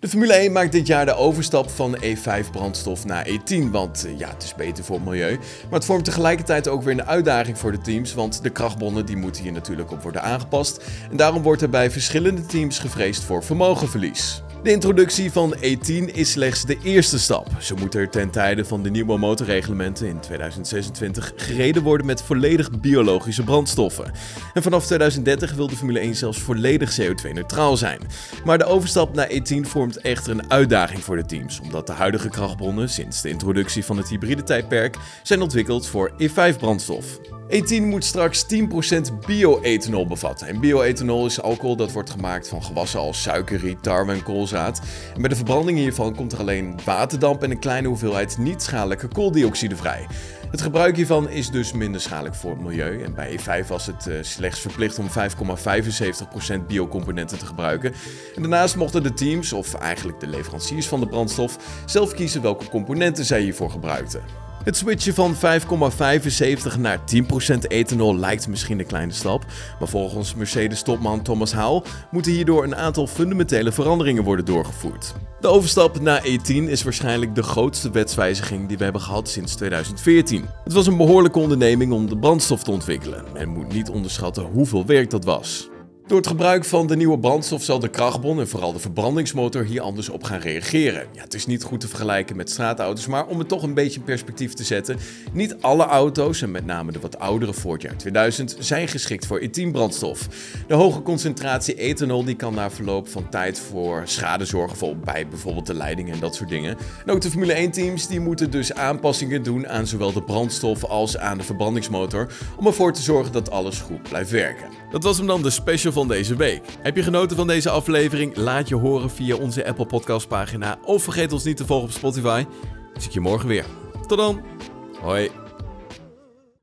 De Formule 1 maakt dit jaar de overstap van E5 brandstof naar E10, want het is beter voor het milieu. Maar het vormt tegelijkertijd ook weer een uitdaging voor de teams, want de krachtbronnen die moeten hier natuurlijk op worden aangepast. En daarom wordt er bij verschillende teams gevreesd voor vermogenverlies. De introductie van E10 is slechts de eerste stap. Zo moet er ten tijde van de nieuwe motorreglementen in 2026 gereden worden met volledig biologische brandstoffen. En vanaf 2030 wil de Formule 1 zelfs volledig CO2-neutraal zijn. Maar de overstap naar E10 vormt echter een uitdaging voor de teams, omdat de huidige krachtbronnen sinds de introductie van het hybride tijdperk zijn ontwikkeld voor E5 brandstof. E10 moet straks 10% bio-ethanol bevatten. En bio-ethanol is alcohol dat wordt gemaakt van gewassen als suikerriet, tarwe en koolzaad. En bij de verbranding hiervan komt er alleen waterdamp en een kleine hoeveelheid niet-schadelijke kooldioxide vrij. Het gebruik hiervan is dus minder schadelijk voor het milieu. En bij E5 was het slechts verplicht om 5,75% biocomponenten te gebruiken. En daarnaast mochten de teams, of eigenlijk de leveranciers van de brandstof, zelf kiezen welke componenten zij hiervoor gebruikten. Het switchen van 5,75 naar 10% ethanol lijkt misschien een kleine stap, maar volgens Mercedes-topman Thomas Howell moeten hierdoor een aantal fundamentele veranderingen worden doorgevoerd. De overstap naar E10 is waarschijnlijk de grootste wetswijziging die we hebben gehad sinds 2014. Het was een behoorlijke onderneming om de brandstof te ontwikkelen. Men moet niet onderschatten hoeveel werk dat was. Door het gebruik van de nieuwe brandstof zal de krachtbron en vooral de verbrandingsmotor hier anders op gaan reageren. Het is niet goed te vergelijken met straatauto's, maar om het toch een beetje in perspectief te zetten, niet alle auto's, en met name de wat oudere voor het jaar 2000, zijn geschikt voor E10 brandstof. De hoge concentratie ethanol die kan na verloop van tijd voor schade zorgen bij bijvoorbeeld de leidingen en dat soort dingen. En ook de Formule 1 teams die moeten dus aanpassingen doen aan zowel de brandstof als aan de verbrandingsmotor, om ervoor te zorgen dat alles goed blijft werken. Dat was hem dan, de special van deze week. Heb je genoten van deze aflevering? Laat je horen via onze Apple Podcast pagina of vergeet ons niet te volgen op Spotify. Dan zie ik je morgen weer. Tot dan. Hoi.